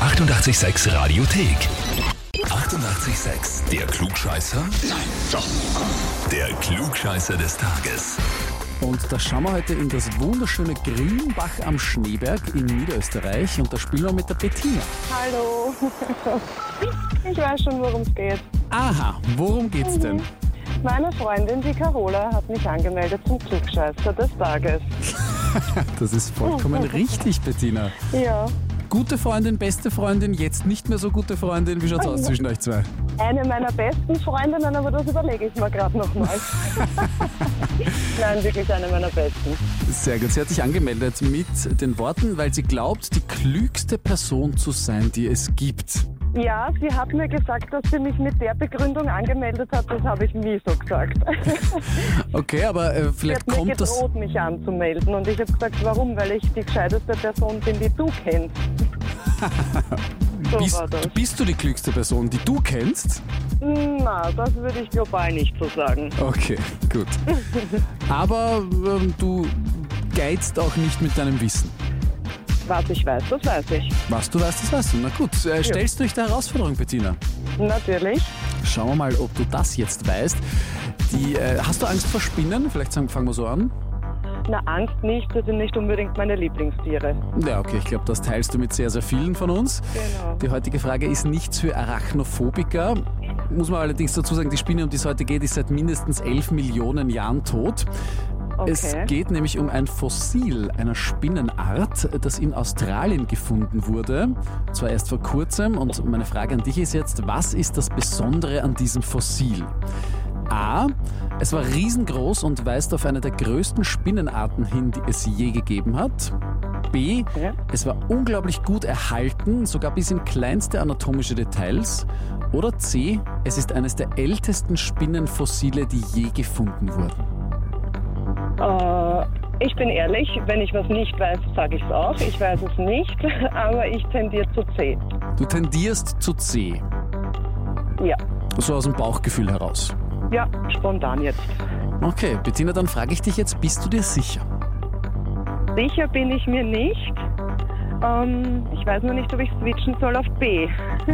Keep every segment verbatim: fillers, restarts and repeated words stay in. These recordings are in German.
achtundachtzig Komma sechs Radiothek. achtundachtzig Komma sechs. Der Klugscheißer? Nein, doch. Der Klugscheißer des Tages. Und da schauen wir heute in das wunderschöne Grünbach am Schneeberg in Niederösterreich und da spielen wir mit der Bettina. Hallo. Ich weiß schon, worum es geht. Aha, worum geht's denn? Meine Freundin, die Carola, hat mich angemeldet zum Klugscheißer des Tages. Das ist vollkommen richtig, Bettina. Ja. Gute Freundin, beste Freundin, jetzt nicht mehr so gute Freundin. Wie schaut's aus zwischen euch zwei? Eine meiner besten Freundinnen, aber das überlege ich mir gerade nochmal. Nein, wirklich eine meiner besten. Sehr gut. Sie hat sich angemeldet mit den Worten, weil sie glaubt, die klügste Person zu sein, die es gibt. Ja, sie hat mir gesagt, dass sie mich mit der Begründung angemeldet hat. Das habe ich nie so gesagt. Okay, aber äh, vielleicht sie hat kommt mir das... gedroht, mich anzumelden. Und ich habe gesagt, warum? Weil ich die gescheiteste Person bin, die du kennst. So bist, war das. bist du die klügste Person, die du kennst? Na, das würde ich global nicht so sagen. Okay, gut. Aber ähm, du geizt auch nicht mit deinem Wissen. Was ich weiß, das weiß ich. Was du weißt, das weißt du. Na gut, äh, stellst du dich der Herausforderung, Bettina? Natürlich. Schauen wir mal, ob du das jetzt weißt. Die, äh, hast du Angst vor Spinnen? Vielleicht sagen, fangen wir so an. Na, Angst nicht, das sind nicht unbedingt meine Lieblingstiere. Ja, okay, ich glaube, das teilst du mit sehr, sehr vielen von uns. Genau. Die heutige Frage ist nichts für Arachnophobiker. Muss man allerdings dazu sagen, die Spinne, um die es heute geht, ist seit mindestens elf Millionen Jahren tot. Okay. Es geht nämlich um ein Fossil einer Spinnenart, das in Australien gefunden wurde. Zwar erst vor kurzem. Und meine Frage an dich ist jetzt, was ist das Besondere an diesem Fossil? A. Es war riesengroß und weist auf eine der größten Spinnenarten hin, die es je gegeben hat. B. Ja. Es war unglaublich gut erhalten, sogar bis in kleinste anatomische Details. Oder C. Es ist eines der ältesten Spinnenfossile, die je gefunden wurden. Äh, ich bin ehrlich, wenn ich was nicht weiß, sage ich es auch. Ich weiß es nicht, aber ich tendiere zu C. Du tendierst zu C. Ja. So aus dem Bauchgefühl heraus. Ja, spontan jetzt. Okay, Bettina, dann frage ich dich jetzt, bist du dir sicher? Sicher bin ich mir nicht. Ähm, ich weiß nur nicht, ob ich switchen soll auf B.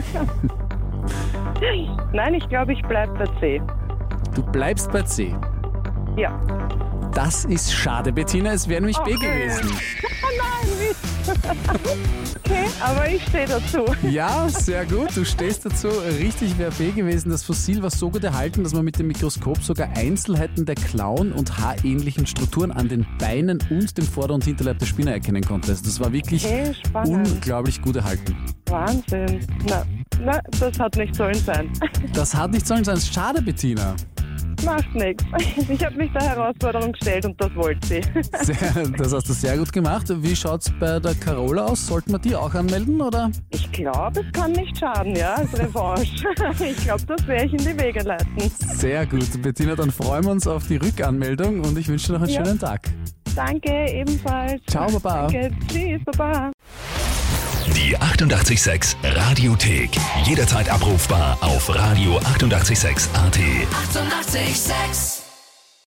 Nein, ich glaube, ich bleibe bei C. Du bleibst bei C. Ja. Das ist schade, Bettina, es wäre nämlich B Okay. gewesen. Nein, nicht. Okay, aber ich stehe dazu. Ja, sehr gut, du stehst dazu. Richtig wäre B gewesen. Das Fossil war so gut erhalten, dass man mit dem Mikroskop sogar Einzelheiten der Klauen und haarähnlichen Strukturen an den Beinen und dem Vorder- und Hinterleib der Spinne erkennen konnte. Also das war wirklich Okay, spannend. unglaublich gut erhalten. Wahnsinn. Na, na, das hat nicht sollen sein. Das hat nicht sollen sein. Schade, Bettina. Macht nichts. Ich habe mich der Herausforderung gestellt und das wollte sie. Sehr, das hast du sehr gut gemacht. Wie schaut's bei der Carola aus? Sollten wir die auch anmelden, oder? Ich glaube, es kann nicht schaden, ja, als Revanche. Ich glaube, das werde ich in die Wege leiten. Sehr gut. Bettina, dann freuen wir uns auf die Rückanmeldung und ich wünsche dir noch einen Ja. schönen Tag. Danke, ebenfalls. Ciao, Baba. Danke, tschüss, Baba. Die achtundachtzig Komma sechs Radiothek. Jederzeit abrufbar auf radio achtundachtzig Komma sechs A T. achtundachtzig Komma sechs